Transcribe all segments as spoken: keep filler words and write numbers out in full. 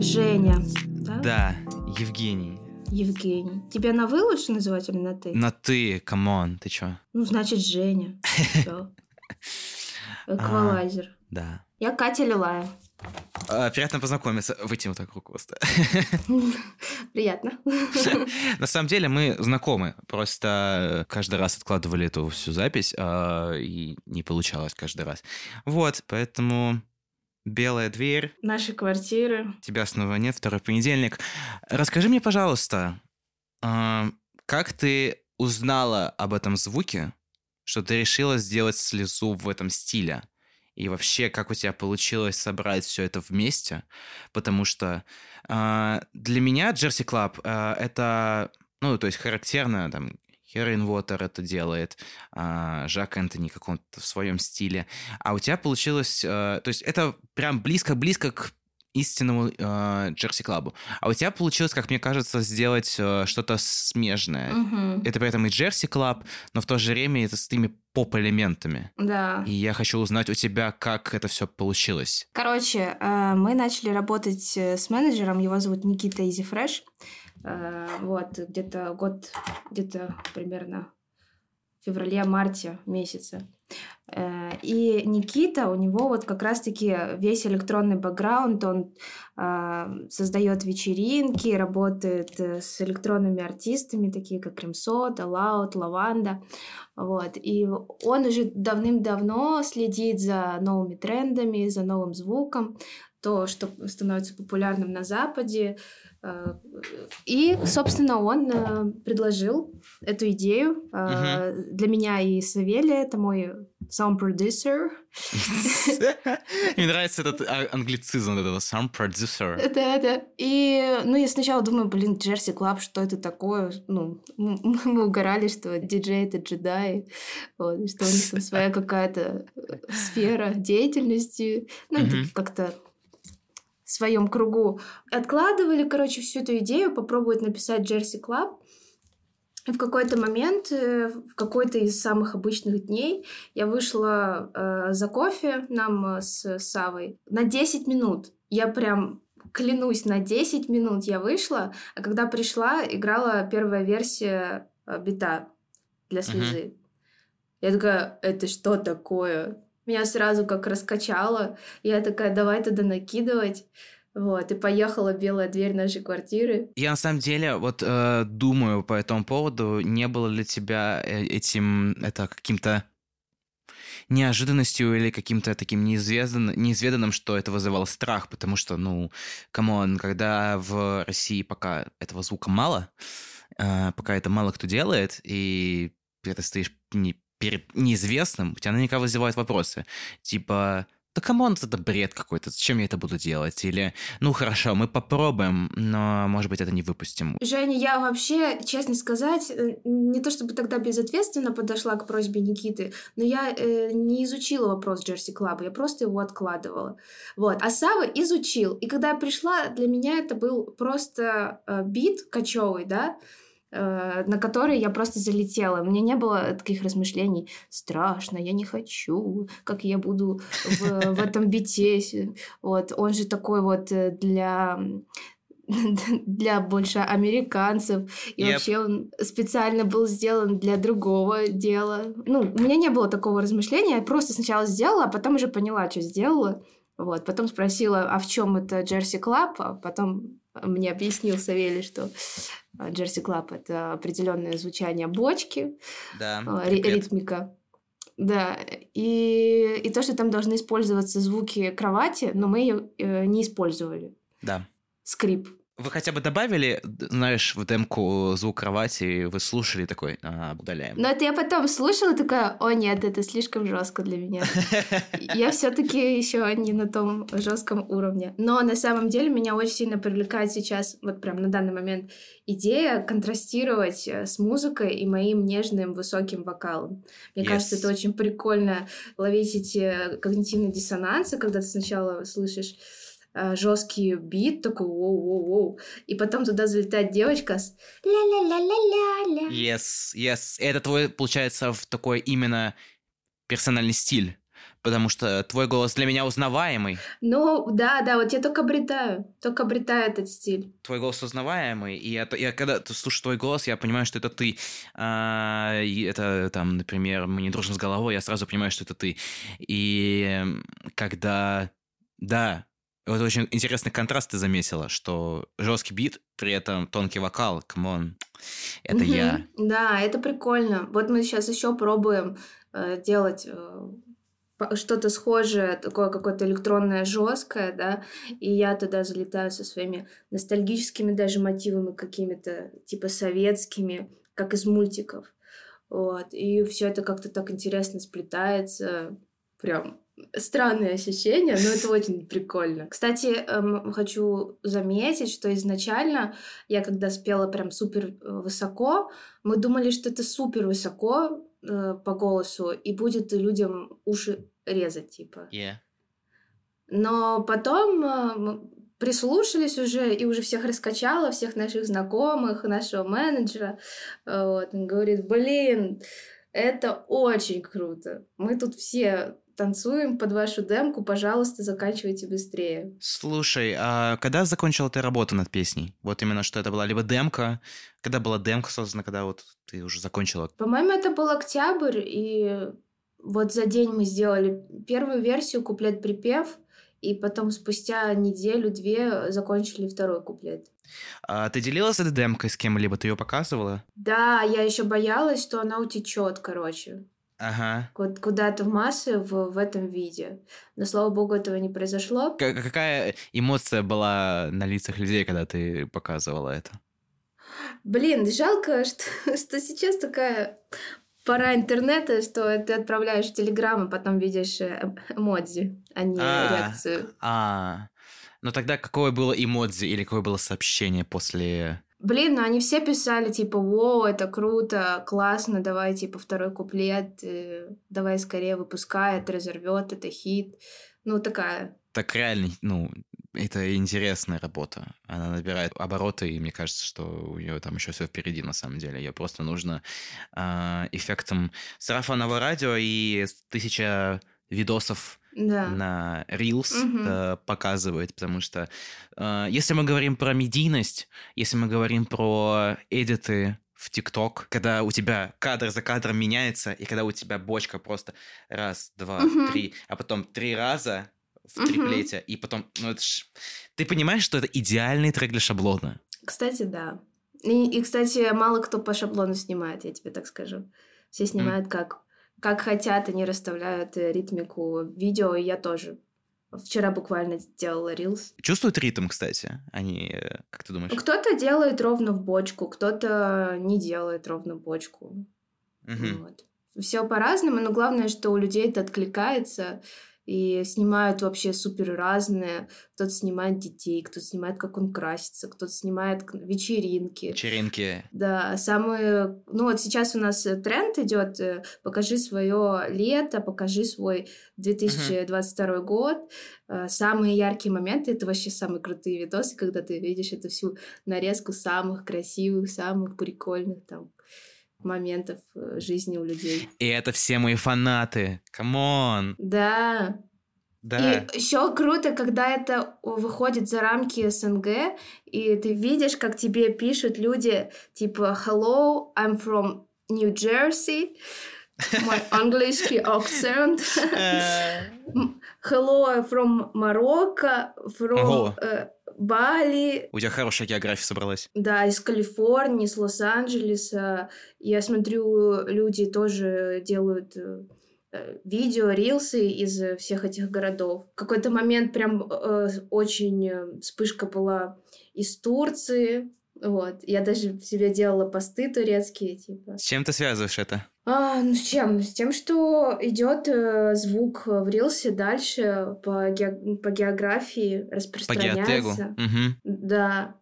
Женя, да? Да, Евгений. Евгений. Тебя на «вы» лучше называть или на «ты»? На «ты», камон, ты чё? Ну, значит, Женя. Всё. Эквалайзер. Да. Я Катя Лилая. А, приятно познакомиться. Выйти вот так руку просто. Приятно. На самом деле мы знакомы. Просто каждый раз откладывали эту всю запись, а, и не получалось каждый раз. Вот, поэтому белая дверь. Наши квартиры. Тебя снова нет, второй понедельник. Расскажи мне, пожалуйста, а, как ты узнала об этом звуке, что ты решила сделать слезу в этом стиле? И вообще, как у тебя получилось собрать все это вместе? Потому что э, для меня Jersey Club э, это, ну, то есть характерно, там, Heroin Water это делает, э, Жак Энтони в каком-то в своем стиле. А у тебя получилось, э, то есть это прям близко-близко к истинному э, Jersey Club. А у тебя получилось, как мне кажется, сделать э, что-то смежное. Угу. Это при этом и Jersey Club, но в то же время это с теми поп-элементами. Да. И я хочу узнать у тебя, как это все получилось. Короче, э, мы начали работать с менеджером, его зовут Никита Easyfresh. Э, вот, где-то год, где-то примерно в феврале-марте месяце. И Никита, у него вот как раз-таки весь электронный бэкграунд, он э, создает вечеринки, работает с электронными артистами, такие как Ремсот, Алаут, Лаванда. Вот. И он уже давным-давно следит за новыми трендами, за новым звуком, то, что становится популярным на Западе. И, собственно, он предложил эту идею uh-huh. для меня и Савелия, это мой sound producer. Мне нравится этот англицизм этого sound producer. Да, да. И, ну, я сначала думаю, блин, Jersey Club, что это такое? Ну, мы угорали, что диджей — это джедаи, вот, что у них там своя какая-то сфера деятельности. Ну, uh-huh. как-то в своем кругу. Откладывали, короче, всю эту идею, попробовать написать Jersey Club. И в какой-то момент, в какой-то из самых обычных дней, я вышла э, за кофе нам с Савой на десять минут. Я прям клянусь, на десять минут я вышла, а когда пришла, играла первая версия бита для слезы. Uh-huh. Я такая, это что такое? Меня сразу как раскачало. Я такая, давай туда накидывать. Вот, и поехала белая дверь нашей квартиры. Я на самом деле вот э, думаю по этому поводу, не было ли тебя этим, это каким-то неожиданностью или каким-то таким неизведанным, неизведанным, что это вызывало страх, потому что, ну, камон, когда в России пока этого звука мало, э, пока это мало кто делает, и ты стоишь не перед неизвестным, у тебя наверняка вызывают вопросы. Типа, да камон, это бред какой-то, зачем я это буду делать? Или, ну хорошо, мы попробуем, но, может быть, это не выпустим. Женя, я вообще, честно сказать, не то чтобы тогда безответственно подошла к просьбе Никиты, но я э, не изучила вопрос Jersey Club, я просто его откладывала. Вот. А Сава изучил. И когда я пришла, для меня это был просто э, бит кочевый, да, на который я просто залетела. У меня не было таких размышлений. Страшно, я не хочу, как я буду в, в этом бите. Вот. Он же такой вот для... для больше американцев. И yep. вообще он специально был сделан для другого дела. Ну, у меня не было такого размышления. Я просто сначала сделала, а потом уже поняла, что сделала. Вот. Потом спросила, а в чем это Jersey Club? А потом мне объяснил Савелий, что Jersey Club — это определенное звучание бочки, да, ри- ритмика. Да, и, и то, что там должны использоваться звуки кровати, но мы ее э, не использовали. Да. Скрип. Вы хотя бы добавили, знаешь, в демку звук кровати, вы слушали такой, а, удаляем. Но это я потом слушала, такая, о нет, это слишком жестко для меня. Я все-таки еще не на том жестком уровне. Но на самом деле меня очень сильно привлекает сейчас, вот прям на данный момент, идея контрастировать с музыкой и моим нежным высоким вокалом. Мне yes. кажется, это очень прикольно ловить эти когнитивные диссонансы, когда ты сначала слышишь жесткий бит, такой воу-воу-воу, и потом туда залетает девочка с ля-ля-ля-ля-ля-ля. Yes, yes. Это твой, получается, в такой именно персональный стиль. потому что твой голос для меня узнаваемый. Ну, да, да, вот я только обретаю, только обретаю этот стиль. Твой голос узнаваемый, и это, я когда слушаю твой голос, я понимаю, что это ты. А, и это, там, например, «Мы не дружим с головой», я сразу понимаю, что это ты. И когда... Да, вот очень интересный контраст ты заметила, что жесткий бит, при этом тонкий вокал, камон, это Мгм. я. Да, это прикольно. Вот мы сейчас еще пробуем э, делать э, по- что-то схожее, такое какое-то электронное, жесткое, да, и я туда залетаю со своими ностальгическими даже мотивами какими-то, типа советскими, как из мультиков. Вот. И все это как-то так интересно сплетается. Прям странные ощущения, но это очень прикольно. Кстати, эм, хочу заметить, что изначально я когда спела прям супер э, высоко, мы думали, что это супер высоко э, по голосу и будет людям уши резать, типа. Yeah. Но потом э, мы прислушались уже, и уже всех раскачало, всех наших знакомых, нашего менеджера. Э, Вот, он говорит, блин, это очень круто. Мы тут все танцуем под вашу демку, пожалуйста, заканчивайте быстрее. Слушай, а когда закончила ты работу над песней? Вот именно, что это была либо демка, когда была демка создана, когда вот ты уже закончила? По-моему, это был октябрь, и вот за день мы сделали первую версию, куплет-припев, и потом спустя неделю-две закончили второй куплет. А ты делилась этой демкой с кем-либо? Ты ее показывала? Да, я еще боялась, что она утечет, короче, Ага. ку- куда-то в массы в, в этом виде. Но, слава богу, этого не произошло. К- какая эмоция была на лицах людей, когда ты показывала это? Блин, жалко, что, что сейчас такая пора интернета, что ты отправляешь в Телеграм, и потом видишь э, эмодзи, а не А, реакцию. а. Ну тогда какое было эмодзи или какое было сообщение после... Блин, ну они все писали, типа, «Воу, это круто, классно, давай, типа, второй куплет, э, давай скорее выпускай, это разорвет, это хит». Ну, такая. Так реально, ну, это интересная работа. Она набирает обороты, и мне кажется, что у нее там еще все впереди, на самом деле. Ее просто нужно а, эффектом сарафанного радио и тысяча видосов Да. на Reels Мгм. э, показывает, потому что э, если мы говорим про медийность, если мы говорим про эдиты в ТикТок, когда у тебя кадр за кадром меняется, и когда у тебя бочка просто раз, два, Мгм. три, а потом три раза в Мгм. триплете, и потом, ну это ж... Ты понимаешь, что это идеальный трек для шаблона? Кстати, да. И, и, кстати, мало кто по шаблону снимает, я тебе так скажу. Все М. снимают как, как хотят, они расставляют э, ритмику видео, и я тоже. Вчера буквально делала рилс. Чувствуют ритм, кстати? Они, э, как ты думаешь? Кто-то делает ровно в бочку, кто-то не делает ровно в бочку. Мгм. Вот. Все по-разному, но главное, что у людей это откликается, и снимают вообще супер разные. Кто-то снимает детей, кто-то снимает, как он красится, кто-то снимает к- вечеринки. Вечеринки. Да, самые... Ну вот сейчас у нас э, тренд идет, э, покажи свое лето, покажи свой две тысячи двадцать второй год. Э, Самые яркие моменты — это вообще самые крутые видосы, когда ты видишь эту всю нарезку самых красивых, самых прикольных там моментов э, жизни у людей. И это все мои фанаты. Камон. Да. Да. И еще круто, когда это выходит за рамки СНГ, и ты видишь, как тебе пишут люди типа «Hello, I'm from New Jersey», мой английский акцент. Э, М, «Hello, I'm from Morocco, from Ого. э, Бали». У тебя хорошая география собралась. Да, из Калифорнии, из Лос-Анджелеса. Я смотрю, люди тоже делают э, э, видео, рилсы из э, всех этих городов. В какой-то момент прям э, очень э, вспышка была из Турции. Вот. Я даже себе делала посты турецкие, типа. С чем ты связываешь это? А, ну с чем? С тем, что идет э, звук в рилсе дальше по, ге- по географии, По геотегу. распространяется. Мгм. Да.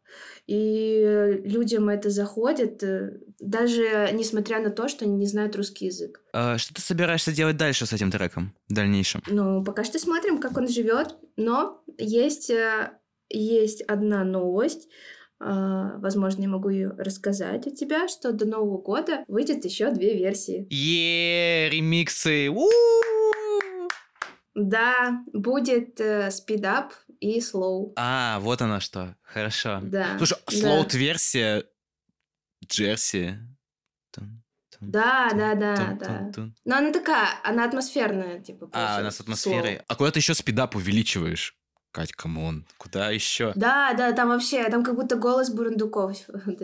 И э, людям это заходит, э, даже несмотря на то, что они не знают русский язык. А, Что ты собираешься делать дальше с этим треком в дальнейшем? Ну, пока что смотрим, как он живет. Но есть, э, есть одна новость. А, возможно, я могу ее рассказать у тебя, что до Нового года выйдет еще две версии. Е, ремиксы. У! Да, будет э, спидап и слоу. А, вот оно что. Хорошо. Да. Слушай, да. слоут-версия Джерси. Тун, тун, Да, тун, да, да, тун, да. тун, тун. Но она такая, она атмосферная, типа, А, она получилась, с атмосферой. слоу. А куда ты еще спидап увеличиваешь? Кать, камон. Куда еще? Да, да, там вообще, там как будто голос Бурундуков.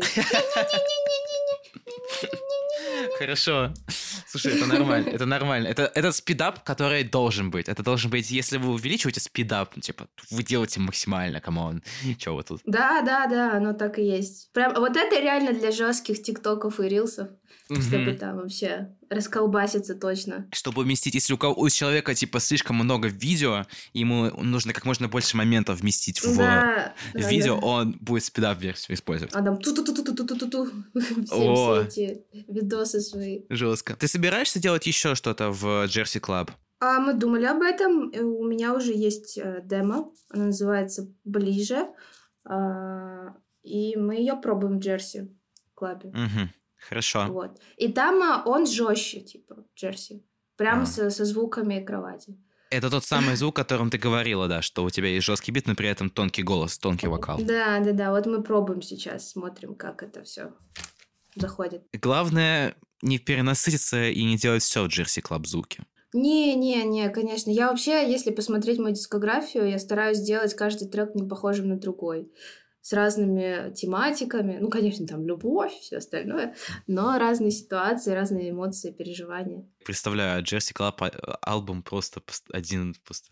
Хорошо. Слушай, это нормально, это нормально. Это, это спидап, который должен быть. Это должен быть, если вы увеличиваете спидап, ну, типа, вы делаете максимально, камон. Чего вы тут? Да, да, да, оно так и есть. Прям, вот это реально для жестких тиктоков и рилсов, чтобы Мгм. там вообще расколбаситься точно. Чтобы уместить, если у, кого, у человека, типа, слишком много видео, ему нужно как можно больше моментов вместить в Да, в да, видео, да. он будет спидап-версию использовать. А там ту-ту-ту-ту-ту-ту-ту-ту. Все, О. все эти видосы свои. Жестко. Ты собираешься делать еще что-то в Jersey Club? А мы думали об этом. и У меня уже есть э, демо. Она называется «Ближе». А, и мы ее пробуем в Джерси клабе. Угу. Хорошо. Вот. И там а, он жестче, типа, Джерси. Прям А. со, со звуками кровати. Это тот самый звук, о котором ты говорила, да, что у тебя есть жесткий бит, но при этом тонкий голос, тонкий вокал. Да, да, да. Вот мы пробуем сейчас, смотрим, как это все заходит. Главное не перенасытиться и не делать все в Jersey Club звуки. Не-не-не, конечно. Я вообще, если посмотреть мою дискографию, я стараюсь сделать каждый трек не похожим на другой. С разными тематиками. Ну, конечно, там любовь, все остальное. Но разные ситуации, разные эмоции, переживания. Представляю, Jersey Club а- альбом просто пост- один просто...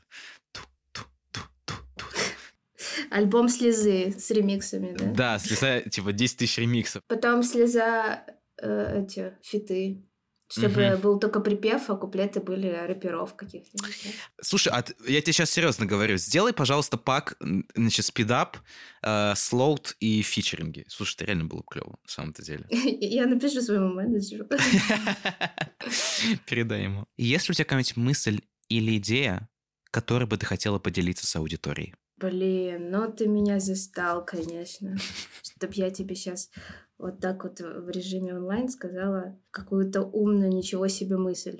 Альбом «Слезы» с ремиксами, да? Да, слеза, типа десять тысяч ремиксов. Потом «Слеза», э, эти, фиты. Чтобы Мгм. был только припев, а куплеты были рэперов каких-нибудь. да. Слушай, а т- я тебе сейчас серьезно говорю, сделай, пожалуйста, пак, м, значит, спидап, э, слоут и фичеринги. Слушай, это реально было клево, на самом-то деле. Я напишу своему менеджеру. Передай ему. Есть ли у тебя какая-нибудь мысль или идея, которой бы ты хотела поделиться с аудиторией? Блин, ну ты меня застал, конечно. Чтоб я тебе сейчас вот так вот в режиме онлайн сказала какую-то умную ничего себе мысль.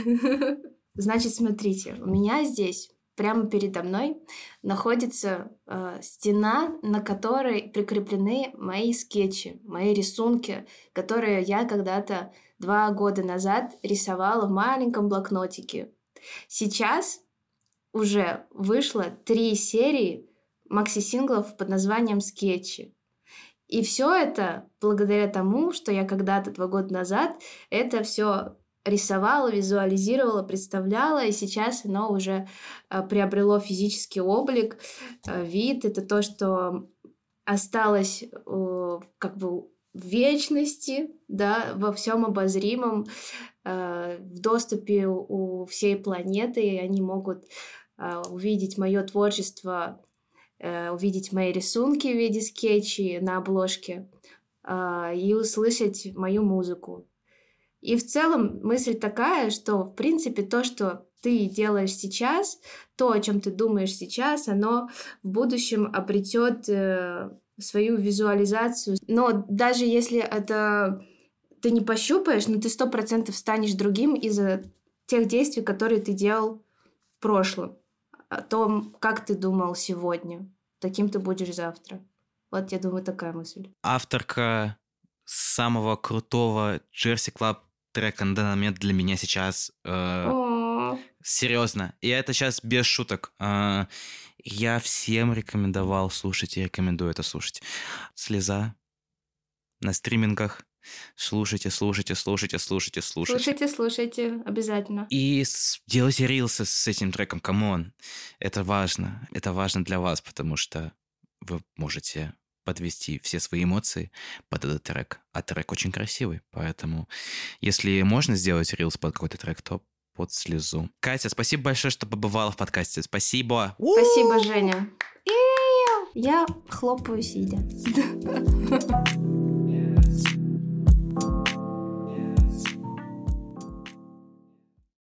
Значит, смотрите, у меня здесь прямо передо мной находится э, стена, на которой прикреплены мои скетчи, мои рисунки, которые я когда-то два года назад рисовала в маленьком блокнотике. Сейчас уже вышло три серии макси-синглов под названием «Скетчи». И все это благодаря тому, что я когда-то два года назад это все рисовала, визуализировала, представляла, и сейчас оно уже э, приобрело физический облик, э, вид. Это то, что осталось э, как бы в вечности, да, во всем обозримом, э, в доступе у, у всей планеты, и они могут э, увидеть мое творчество, э, увидеть мои рисунки в виде скетчей на обложке э, и услышать мою музыку. И в целом мысль такая, что, в принципе, то, что ты делаешь сейчас, то, о чем ты думаешь сейчас, оно в будущем обретет э, свою визуализацию. Но даже если это ты не пощупаешь, но ты сто процентов станешь другим из-за тех действий, которые ты делал в прошлом. О том, как ты думал сегодня, таким ты будешь завтра. Вот, я думаю, такая мысль. Авторка самого крутого Jersey Club трека на данный момент для меня сейчас. Э, О, серьезно. И это сейчас без шуток. Э, я всем рекомендовал слушать и рекомендую это слушать. «Слеза» на стримингах. Слушайте, слушайте, слушайте, слушайте, слушайте. слушайте, слушайте, обязательно. И с- делайте рилсы с этим треком, камон. Это важно. Это важно для вас, потому что вы можете подвести все свои эмоции под этот трек. А трек очень красивый, поэтому если можно сделать рилс под какой-то трек, то под «Слезу». Катя, спасибо большое, что побывала в подкасте. Спасибо. Спасибо, Женя. Я хлопаю сидя.